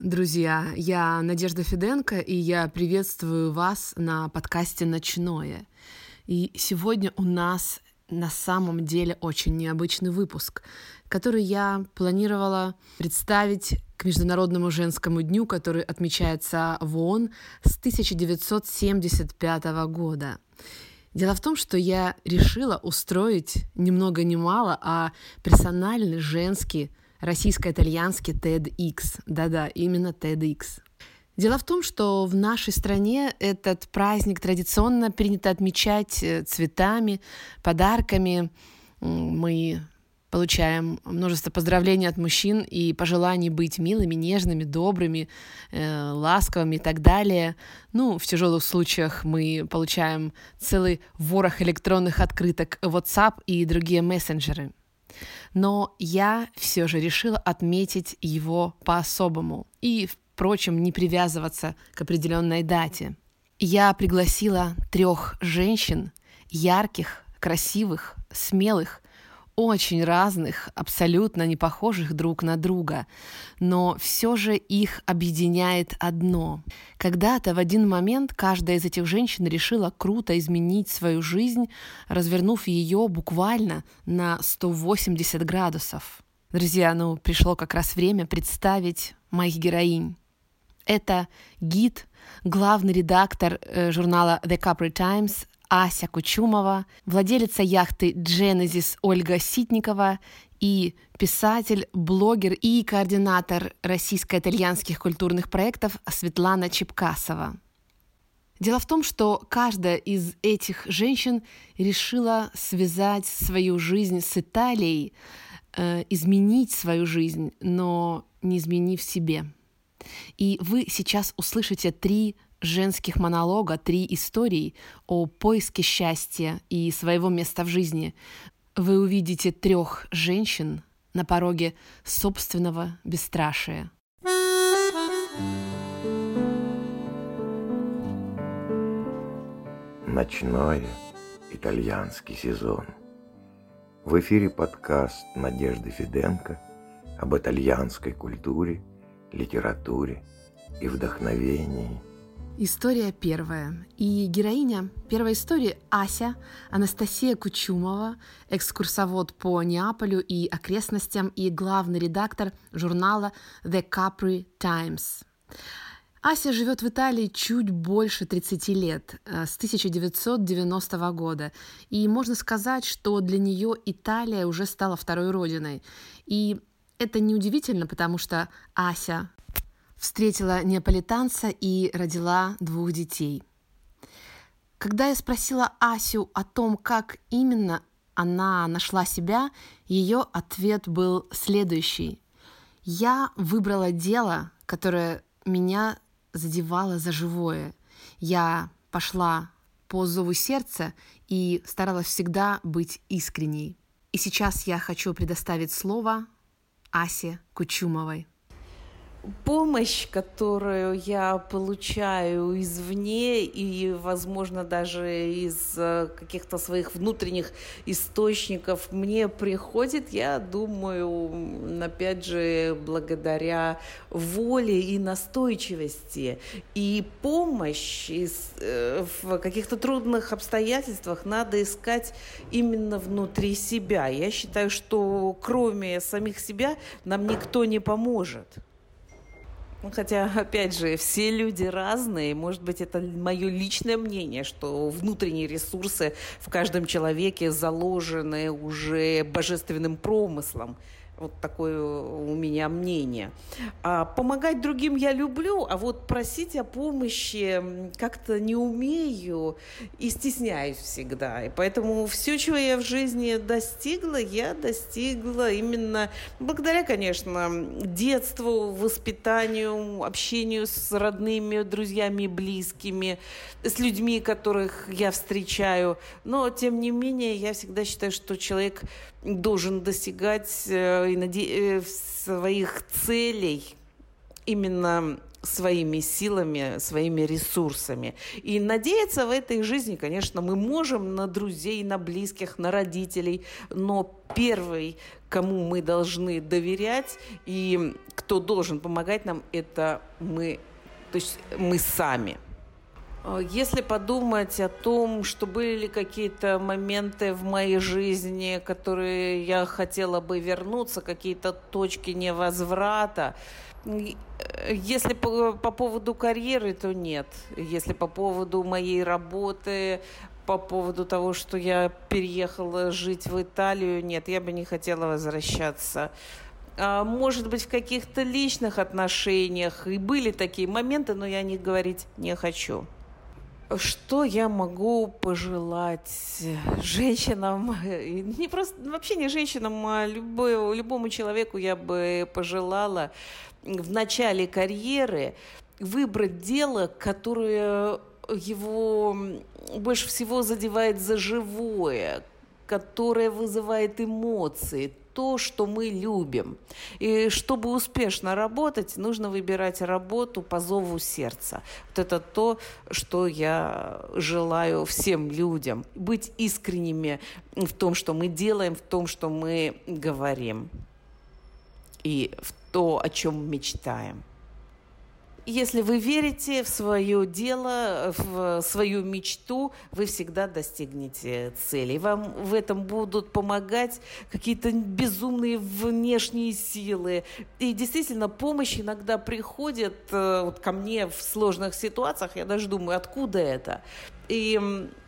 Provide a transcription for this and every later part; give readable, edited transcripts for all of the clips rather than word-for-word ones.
Друзья, я Надежда Феденко, и я приветствую вас на подкасте «Ночное». И сегодня у нас на самом деле очень необычный выпуск, который я планировала представить к Международному женскому дню, который отмечается в ООН с 1975 года. Дело в том, что я решила устроить ни много ни мало, а персональный женский российско-итальянский TEDx. Да-да, именно TEDx. Дело в том, что в нашей стране этот праздник традиционно принято отмечать цветами, подарками. Мы получаем множество поздравлений от мужчин и пожеланий быть милыми, нежными, добрыми, ласковыми и так далее. В тяжелых случаях мы получаем целый ворох электронных открыток WhatsApp и другие мессенджеры. Но я все же решила отметить его по-особому и, впрочем, не привязываться к определенной дате. Я пригласила 3 женщин, ярких, красивых, смелых, очень разных, абсолютно не похожих друг на друга, но все же их объединяет одно. Когда-то в один момент каждая из этих женщин решила круто изменить свою жизнь, развернув ее буквально на 180 градусов. Друзья, пришло как раз время представить моих героинь. Это гид, главный редактор журнала The Capri Times Ася Кучумова, владелица яхты Genesis Ольга Ситникова и писатель, блогер и координатор российско-итальянских культурных проектов Светлана Чепкасова. Дело в том, что каждая из этих женщин решила связать свою жизнь с Италией, изменить свою жизнь, но не изменив себе. И вы сейчас услышите 3 женских монолога, 3 истории о поиске счастья и своего места в жизни. Вы увидите 3 женщин на пороге собственного бесстрашия. Ночное, итальянский сезон. В эфире подкаст Надежды Феденко об итальянской культуре, литературе и вдохновении. История первая. И героиня первой истории Ася Анастасия Кучумова, экскурсовод по Неаполю и окрестностям и главный редактор журнала The Capri Times. Ася живет в Италии чуть больше 30 лет, с 1990 года. И можно сказать, что для нее Италия уже стала второй родиной. И это неудивительно, потому что Ася встретила неаполитанца и родила 2 детей. Когда я спросила Асю о том, как именно она нашла себя, ее ответ был следующий. Я выбрала дело, которое меня задевало за живое. Я пошла по зову сердца и старалась всегда быть искренней. И сейчас я хочу предоставить слово Асе Кучумовой. Помощь, которую я получаю извне и, возможно, даже из каких-то своих внутренних источников, мне приходит, я думаю, опять же, благодаря воле и настойчивости. И помощь в каких-то трудных обстоятельствах надо искать именно внутри себя. Я считаю, что кроме самих себя нам никто не поможет. Хотя, опять же, все люди разные. Может быть, это мое личное мнение, что внутренние ресурсы в каждом человеке заложены уже божественным промыслом. Вот такое у меня мнение. Помогать другим я люблю, а вот просить о помощи как-то не умею и стесняюсь всегда. И поэтому все, чего я в жизни достигла, я достигла именно благодаря, конечно, детству, воспитанию, общению с родными, друзьями, близкими, с людьми, которых я встречаю. Но, тем не менее, я всегда считаю, что человек должен достигать своих целей именно своими силами, своими ресурсами. И надеяться в этой жизни, конечно, мы можем на друзей, на близких, на родителей, но первый, кому мы должны доверять и кто должен помогать нам, это мы, то есть мы сами. Если подумать о том, что были какие-то моменты в моей жизни, которые я хотела бы вернуться, какие-то точки невозврата, если по поводу карьеры, то нет. Если по поводу моей работы, по поводу того, что я переехала жить в Италию, нет, я бы не хотела возвращаться. Может быть, в каких-то личных отношениях и были такие моменты, но я о них говорить не хочу. Что я могу пожелать женщинам, не просто, вообще не женщинам, а любому человеку я бы пожелала в начале карьеры выбрать дело, которое его больше всего задевает за живое, которое вызывает эмоции, то, что мы любим. И чтобы успешно работать, нужно выбирать работу по зову сердца. Вот это то, что я желаю всем людям. Быть искренними в том, что мы делаем, в том, что мы говорим. И в то, о чем мечтаем. Если вы верите в свое дело, в свою мечту, вы всегда достигнете цели. Вам в этом будут помогать какие-то безумные внешние силы. И действительно, помощь иногда приходит вот ко мне в сложных ситуациях. Я даже думаю, откуда это? И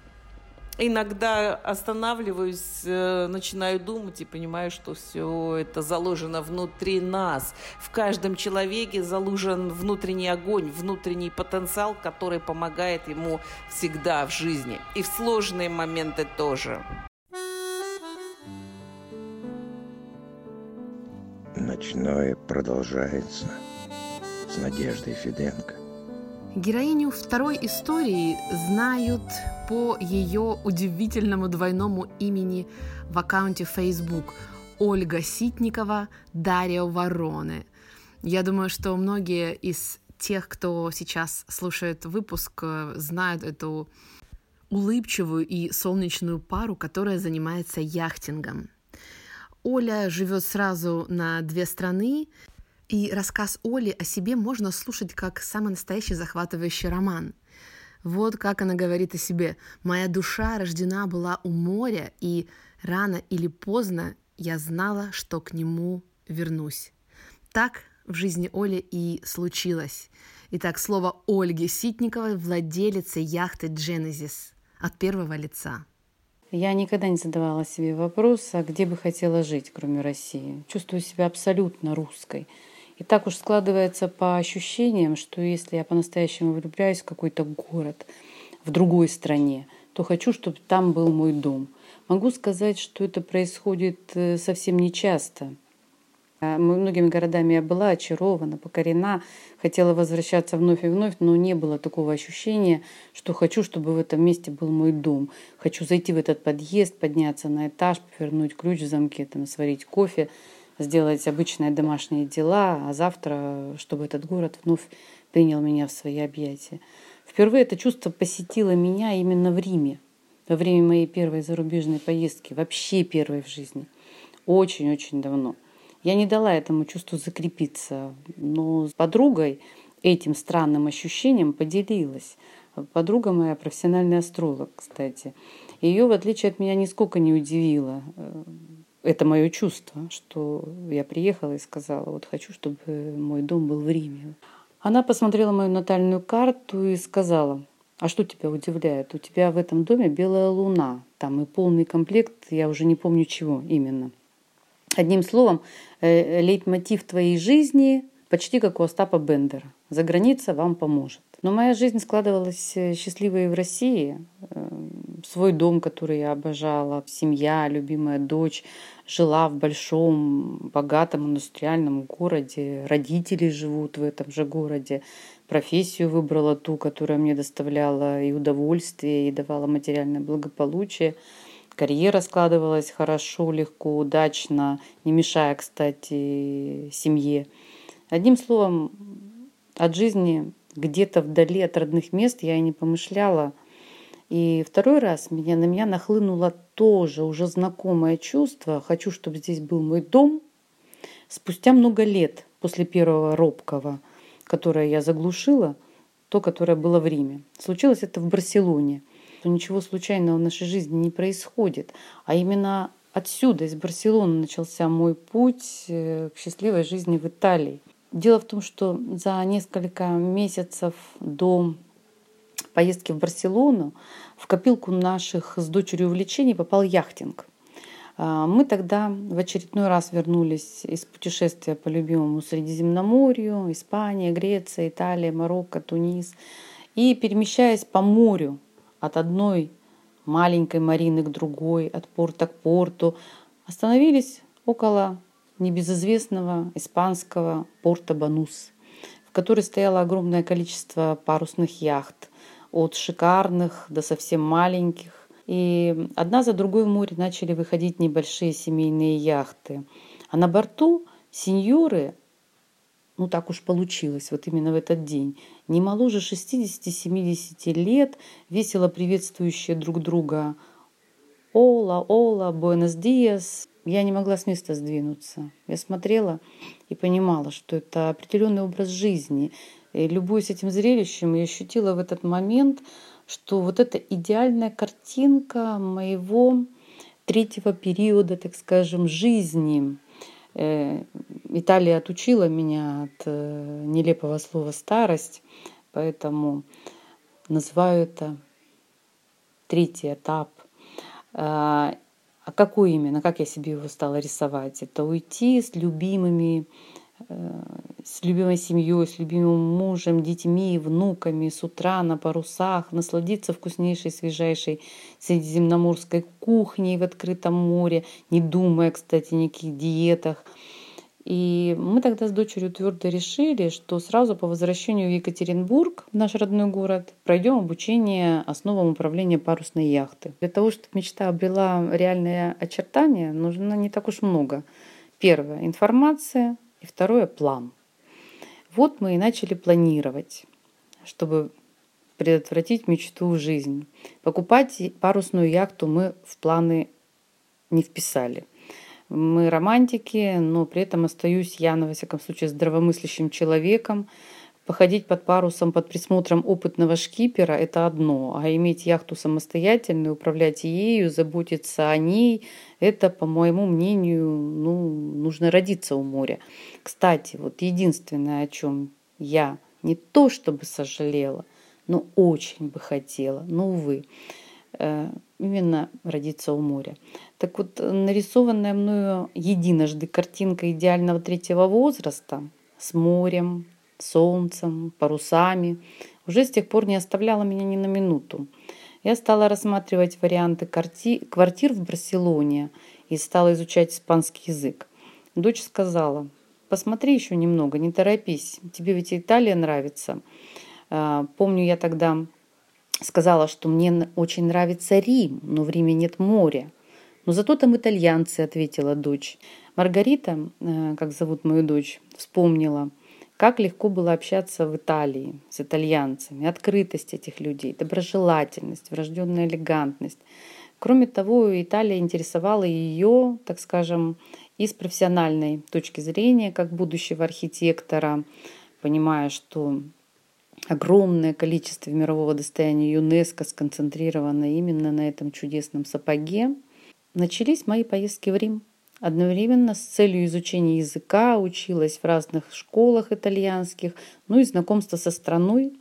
иногда останавливаюсь, начинаю думать и понимаю, что все это заложено внутри нас. В каждом человеке заложен внутренний огонь, внутренний потенциал, который помогает ему всегда в жизни. И в сложные моменты тоже. Ночное продолжается с Надеждой Фиденко. Героиню второй истории знают по ее удивительному двойному имени в аккаунте Facebook Ольга Ситникова, Дарья Вороны. Я думаю, что многие из тех, кто сейчас слушает выпуск, знают эту улыбчивую и солнечную пару, которая занимается яхтингом. Оля живет сразу на 2 страны, и рассказ Оли о себе можно слушать как самый настоящий захватывающий роман. Вот как она говорит о себе. «Моя душа рождена была у моря, и рано или поздно я знала, что к нему вернусь». Так в жизни Оли и случилось. Итак, слово Ольги Ситниковой, владелицы яхты «Genesis» от первого лица. Я никогда не задавала себе вопрос, а где бы хотела жить, кроме России. Чувствую себя абсолютно русской. И так уж складывается по ощущениям, что если я по-настоящему влюбляюсь в какой-то город, в другой стране, то хочу, чтобы там был мой дом. Могу сказать, что это происходит совсем нечасто. Многими городами я была очарована, покорена, хотела возвращаться вновь и вновь, но не было такого ощущения, что хочу, чтобы в этом месте был мой дом. Хочу зайти в этот подъезд, подняться на этаж, повернуть ключ в замке, сварить кофе, сделать обычные домашние дела, а завтра, чтобы этот город вновь принял меня в свои объятия. Впервые это чувство посетило меня именно в Риме, во время моей первой зарубежной поездки, вообще первой в жизни. Очень-очень давно. Я не дала этому чувству закрепиться, но с подругой этим странным ощущением поделилась. Подруга моя профессиональный астролог, кстати. Ее, в отличие от меня, нисколько не удивило это мое чувство, что я приехала и сказала, вот хочу, чтобы мой дом был в Риме. Она посмотрела мою натальную карту и сказала, а что тебя удивляет? У тебя в этом доме белая луна, там и полный комплект, я уже не помню чего именно. Одним словом, лейтмотив твоей жизни почти как у Остапа Бендера. За граница вам поможет. Но моя жизнь складывалась счастливой в России. Свой дом, который я обожала, семья, любимая дочь, жила в большом, богатом индустриальном городе. Родители живут в этом же городе. Профессию выбрала ту, которая мне доставляла и удовольствие, и давала материальное благополучие. Карьера складывалась хорошо, легко, удачно, не мешая, кстати, семье. Одним словом, от жизни где-то вдали от родных мест я и не помышляла. И второй раз на меня нахлынуло тоже уже знакомое чувство. Хочу, чтобы здесь был мой дом. Спустя много лет после первого робкого, которое я заглушила, то, которое было в Риме. Случилось это в Барселоне. Ничего случайного в нашей жизни не происходит. А именно отсюда, из Барселоны, начался мой путь к счастливой жизни в Италии. Дело в том, что за несколько месяцев до поездки в Барселону в копилку наших с дочерью увлечений попал яхтинг. Мы тогда в очередной раз вернулись из путешествия по любимому Средиземноморью, Испания, Греция, Италия, Марокко, Тунис. И перемещаясь по морю от одной маленькой марины к другой, от порта к порту, остановились около небезызвестного испанского порта Банус, в который стояло огромное количество парусных яхт, от шикарных до совсем маленьких. И одна за другой в море начали выходить небольшие семейные яхты. А на борту сеньоры, так уж получилось, вот именно в этот день, не моложе 60-70 лет, весело приветствующие друг друга «Ола, ола, буэнос диас». Я не могла с места сдвинуться. Я смотрела и понимала, что это определенный образ жизни. И любуясь этим зрелищем, я ощутила в этот момент, что вот эта идеальная картинка моего третьего периода, так скажем, жизни. Италия отучила меня от нелепого слова «старость», поэтому называю это третий этап. А какой именно, как я себе его стала рисовать? Это уйти с любимой семьей, с любимым мужем, детьми, внуками с утра на парусах, насладиться вкуснейшей, свежайшей средиземноморской кухней в открытом море, не думая, кстати, ни о каких диетах. И мы тогда с дочерью твердо решили, что сразу по возвращению в Екатеринбург, в наш родной город, пройдем обучение основам управления парусной яхты. Для того, чтобы мечта обрела реальные очертания, нужно не так уж много. Первое — информация, и второе — план. Вот мы и начали планировать, чтобы предотвратить мечту в жизнь. Покупать парусную яхту мы в планы не вписали. Мы романтики, но при этом остаюсь я, во всяком случае, здравомыслящим человеком. Походить под парусом под присмотром опытного шкипера — это одно, а иметь яхту самостоятельно, управлять ею, заботиться о ней — это, по моему мнению, нужно родиться у моря. Кстати, вот единственное, о чем я не то чтобы сожалела, но очень бы хотела, но, увы, именно родиться у моря. Так вот, нарисованная мною единожды картинка идеального третьего возраста с морем, солнцем, парусами уже с тех пор не оставляла меня ни на минуту. Я стала рассматривать варианты квартир в Барселоне и стала изучать испанский язык. Дочь сказала: посмотри еще немного, не торопись, тебе ведь Италия нравится. Помню, я тогда сказала, что мне очень нравится Рим, но в Риме нет моря. Но зато там итальянцы, ответила дочь. Маргарита, как зовут мою дочь, вспомнила, как легко было общаться в Италии с итальянцами, открытость этих людей, доброжелательность, врожденная элегантность. Кроме того, Италия интересовала ее, так скажем, и с профессиональной точки зрения, как будущего архитектора, понимая, что огромное количество мирового достояния ЮНЕСКО сконцентрировано именно на этом чудесном сапоге. Начались мои поездки в Рим. Одновременно с целью изучения языка училась в разных школах итальянских, и знакомство со страной.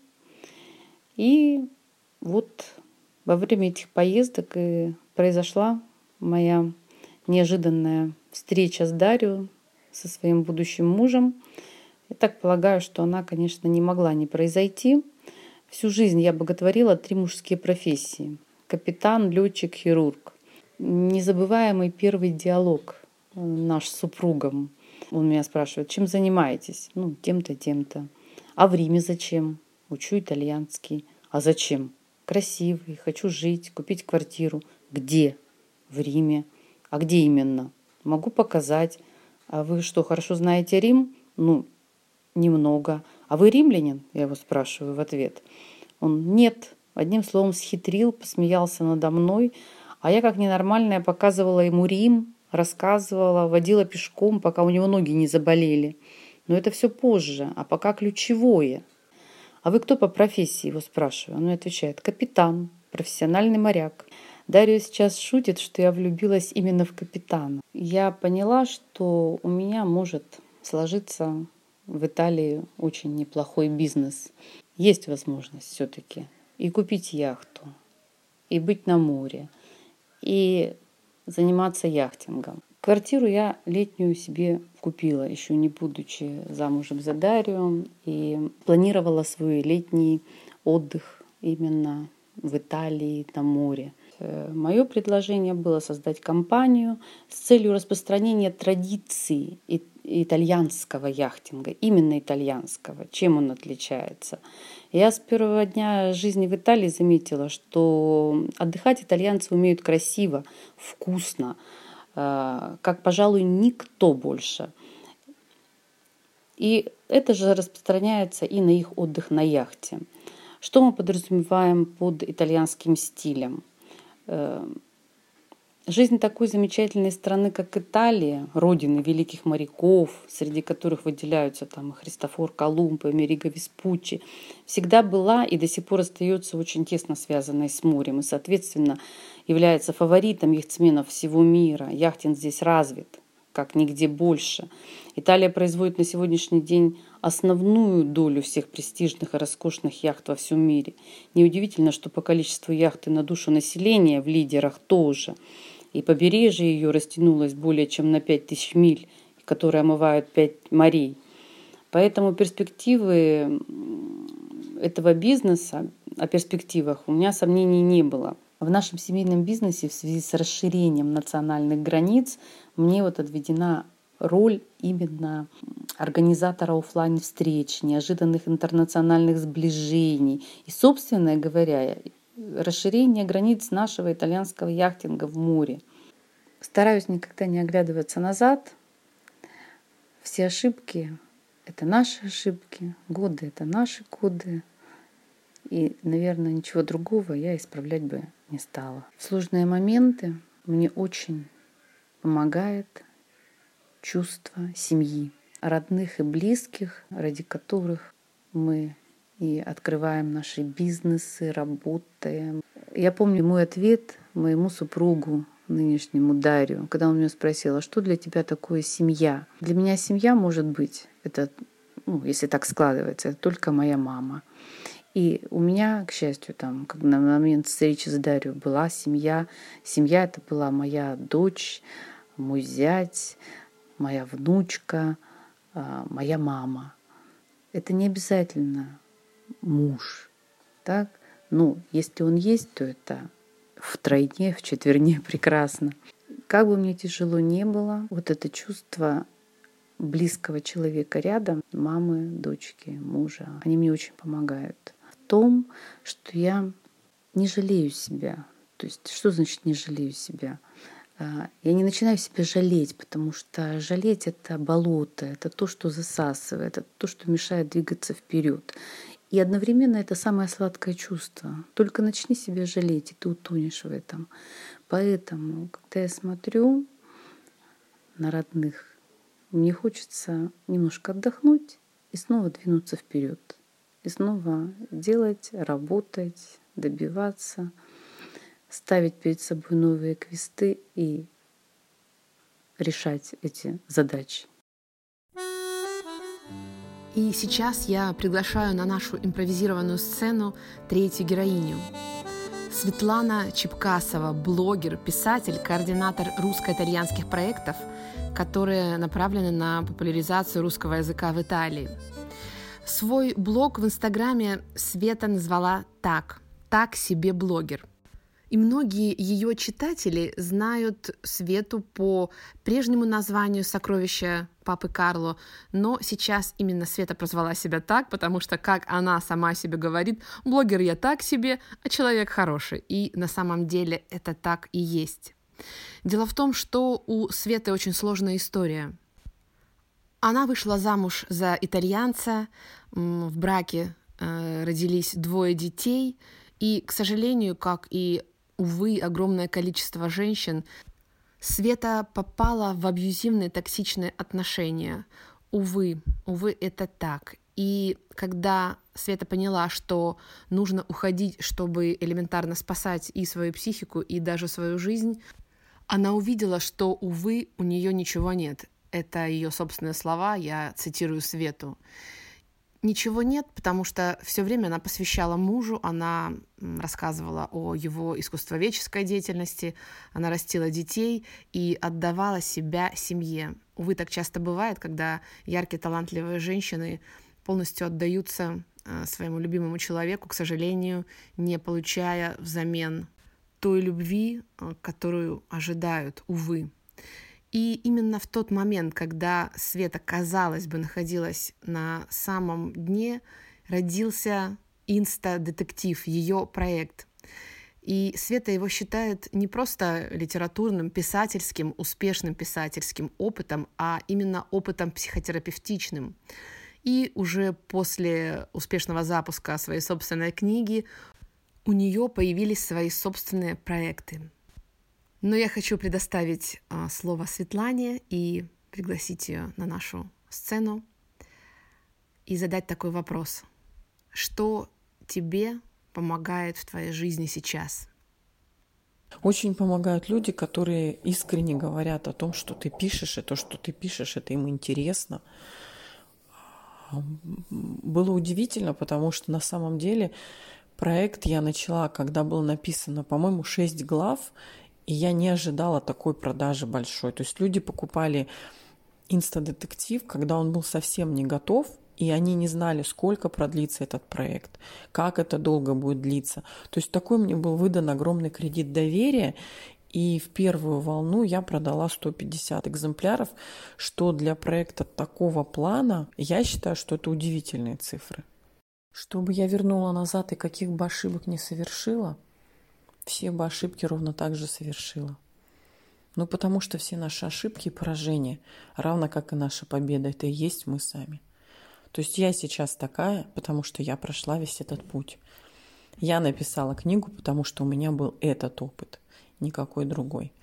И вот во время этих поездок и произошла моя неожиданная встреча с Дарио, со своим будущим мужем. Я так полагаю, что она, конечно, не могла не произойти. Всю жизнь я боготворила 3 мужские профессии: капитан, летчик, хирург. Незабываемый первый диалог наш с супругом. Он меня спрашивает: чем занимаетесь? Тем-то, тем-то. А в Риме зачем? Учу итальянский. А зачем? Красивый, хочу жить, купить квартиру. Где? В Риме. А где именно? Могу показать. А вы что, хорошо знаете Рим? немного. А вы римлянин? Я его спрашиваю в ответ. Он: нет. Одним словом, схитрил, посмеялся надо мной. А я, как ненормальная, показывала ему Рим, рассказывала, водила пешком, пока у него ноги не заболели. Но это все позже, а пока ключевое. А вы кто по профессии? Его спрашиваю. Он отвечает: капитан, профессиональный моряк. Дарья сейчас шутит, что я влюбилась именно в капитана. Я поняла, что у меня может сложиться в Италии очень неплохой бизнес. Есть возможность все-таки и купить яхту, и быть на море, и заниматься яхтингом. Квартиру я летнюю себе купила, еще не будучи замужем за Дарью, и планировала свой летний отдых именно в Италии на море. Мое предложение было создать компанию с целью распространения традиций итальянского яхтинга, именно итальянского. Чем он отличается? Я с первого дня жизни в Италии заметила, что отдыхать итальянцы умеют красиво, вкусно, как, пожалуй, никто больше. И это же распространяется и на их отдых на яхте. Что мы подразумеваем под итальянским стилем? Жизнь такой замечательной страны, как Италия, родины великих моряков, среди которых выделяются там и Христофор Колумб, и Америго Веспуччи, всегда была и до сих пор остается очень тесно связанной с морем и, соответственно, является фаворитом яхтсменов всего мира. Яхтинг здесь развит, как нигде больше. Италия производит на сегодняшний день основную долю всех престижных и роскошных яхт во всем мире. Неудивительно, что по количеству яхты на душу населения в лидерах тоже. И побережье ее растянулось более чем на 5000 миль, которые омывают 5 морей. Поэтому перспективы этого бизнеса, о перспективах у меня сомнений не было. В нашем семейном бизнесе в связи с расширением национальных границ мне отведена роль именно организатора офлайн-встреч, неожиданных интернациональных сближений и, собственно говоря, расширение границ нашего итальянского яхтинга в море. Стараюсь никогда не оглядываться назад. Все ошибки — это наши ошибки, годы — это наши годы. И, наверное, ничего другого я исправлять бы не стала. В сложные моменты мне очень помогает чувство семьи, родных и близких, ради которых мы и открываем наши бизнесы, работаем. Я помню мой ответ моему супругу, нынешнему Дарью, когда он меня спросил: а что для тебя такое семья? Для меня семья может быть, это, если так складывается, это только моя мама. И у меня, к счастью, как на момент встречи с Дарью была семья. Семья — это была моя дочь, мой зять, моя внучка, моя мама. Это не обязательно муж, так? Если он есть, то это втройне, вчетверне прекрасно. Как бы мне тяжело не было, это чувство близкого человека рядом, мамы, дочки, мужа, они мне очень помогают в том, что я не жалею себя. То есть, что значит не жалею себя? Я не начинаю себя жалеть, потому что жалеть — это болото, это то, что засасывает, это то, что мешает двигаться вперед. И одновременно это самое сладкое чувство. Только начни себя жалеть, и ты утонешь в этом. Поэтому, когда я смотрю на родных, мне хочется немножко отдохнуть и снова двинуться вперед. И снова делать, работать, добиваться, ставить перед собой новые квесты и решать эти задачи. И сейчас я приглашаю на нашу импровизированную сцену третью героиню. Светлана Чепкасова, блогер, писатель, координатор русско-итальянских проектов, которые направлены на популяризацию русского языка в Италии. Свой блог в Инстаграме Света назвала «Так себе блогер». И многие ее читатели знают Свету по прежнему названию «Сокровища папы Карло», но сейчас именно Света прозвала себя так, потому что, как она сама себе говорит, блогер я так себе, а человек хороший. И на самом деле это так и есть. Дело в том, что у Светы очень сложная история. Она вышла замуж за итальянца, в браке родились 2 детей, и, к сожалению, как и, увы, огромное количество женщин, Света попала в абьюзивные токсичные отношения. Увы, это так. И когда Света поняла, что нужно уходить, чтобы элементарно спасать и свою психику, и даже свою жизнь, она увидела, что, увы, у нее ничего нет. Это ее собственные слова, я цитирую Свету. Ничего нет, потому что все время она посвящала мужу, она рассказывала о его искусствоведческой деятельности, она растила детей и отдавала себя семье. Увы, так часто бывает, когда яркие, талантливые женщины полностью отдаются своему любимому человеку, к сожалению, не получая взамен той любви, которую ожидают, увы. И именно в тот момент, когда Света, казалось бы, находилась на самом дне, родился «Инста-детектив», ее проект. И Света его считает не просто литературным, писательским, успешным писательским опытом, а именно опытом психотерапевтичным. И уже после успешного запуска своей собственной книги у нее появились свои собственные проекты. Но я хочу предоставить слово Светлане и пригласить ее на нашу сцену и задать такой вопрос. Что тебе помогает в твоей жизни сейчас? Очень помогают люди, которые искренне говорят о том, что ты пишешь, и то, что ты пишешь, это им интересно. Было удивительно, потому что на самом деле проект я начала, когда было написано, по-моему, 6 глав, и я не ожидала такой продажи большой. То есть люди покупали «Инста-детектив», когда он был совсем не готов, и они не знали, сколько продлится этот проект, как это долго будет длиться. То есть такой мне был выдан огромный кредит доверия, и в первую волну я продала 150 экземпляров, что для проекта такого плана, я считаю, что это удивительные цифры. Чтобы я вернула назад и каких бы ошибок не совершила, все бы ошибки ровно так же совершила. Ну, потому что все наши ошибки и поражения, равно как и наша победа, это и есть мы сами. То есть я сейчас такая, потому что я прошла весь этот путь. Я написала книгу, потому что у меня был этот опыт, никакой другой.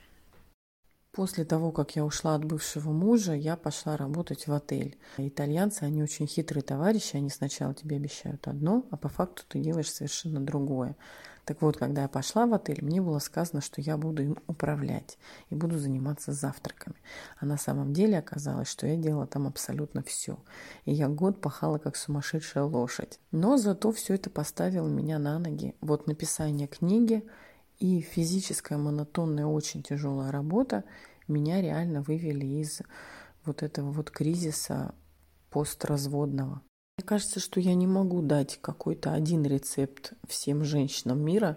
После того, как я ушла от бывшего мужа, я пошла работать в отель. Итальянцы, они очень хитрые товарищи, они сначала тебе обещают одно, а по факту ты делаешь совершенно другое. Так вот, когда я пошла в отель, мне было сказано, что я буду им управлять и буду заниматься завтраками. А на самом деле оказалось, что я делала там абсолютно все. И я год пахала как сумасшедшая лошадь. Но зато все это поставило меня на ноги. Вот написание книги и физическая монотонная очень тяжелая работа меня реально вывели из вот этого вот кризиса постразводного. Мне кажется, что я не могу дать какой-то один рецепт всем женщинам мира,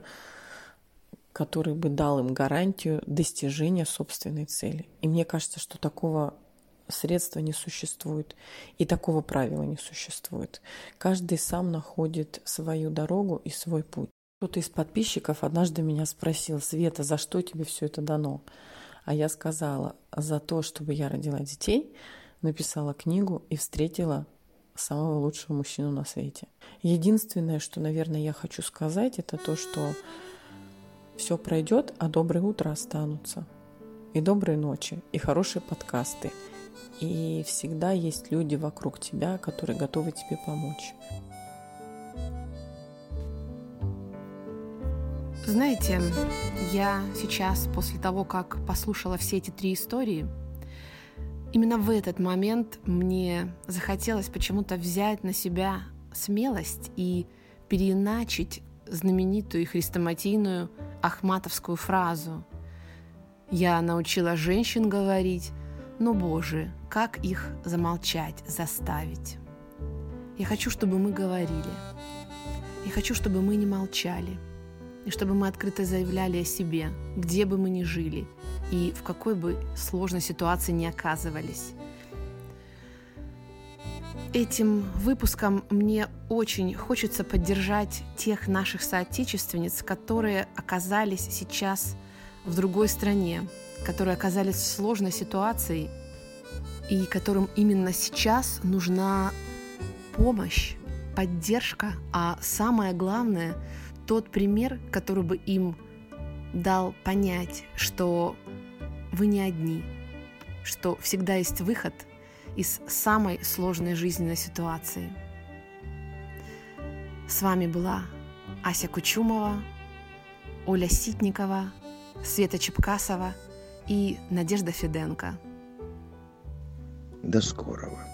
который бы дал им гарантию достижения собственной цели. И мне кажется, что такого средства не существует, и такого правила не существует. Каждый сам находит свою дорогу и свой путь. Кто-то из подписчиков однажды меня спросил: «Света, за что тебе все это дано?» А я сказала: за то, чтобы я родила детей, написала книгу и встретила самого лучшего мужчину на свете. Единственное, что, наверное, я хочу сказать, это то, что все пройдет, а добрые утра останутся. И добрые ночи, и хорошие подкасты. И всегда есть люди вокруг тебя, которые готовы тебе помочь. Знаете, я сейчас, после того, как послушала все эти 3 истории, именно в этот момент мне захотелось почему-то взять на себя смелость и переиначить знаменитую и хрестоматийную ахматовскую фразу: «Я научила женщин говорить, но, Боже, как их замолчать, заставить?» Я хочу, чтобы мы говорили. Я хочу, чтобы мы не молчали. И чтобы мы открыто заявляли о себе, где бы мы ни жили и в какой бы сложной ситуации ни оказывались. Этим выпуском мне очень хочется поддержать тех наших соотечественниц, которые оказались сейчас в другой стране, которые оказались в сложной ситуации и которым именно сейчас нужна помощь, поддержка, а самое главное, тот пример, который бы им дал понять, что вы не одни, что всегда есть выход из самой сложной жизненной ситуации. С вами была Ася Кучумова, Оля Ситникова, Света Чепкасова и Надежда Феденко. До скорого.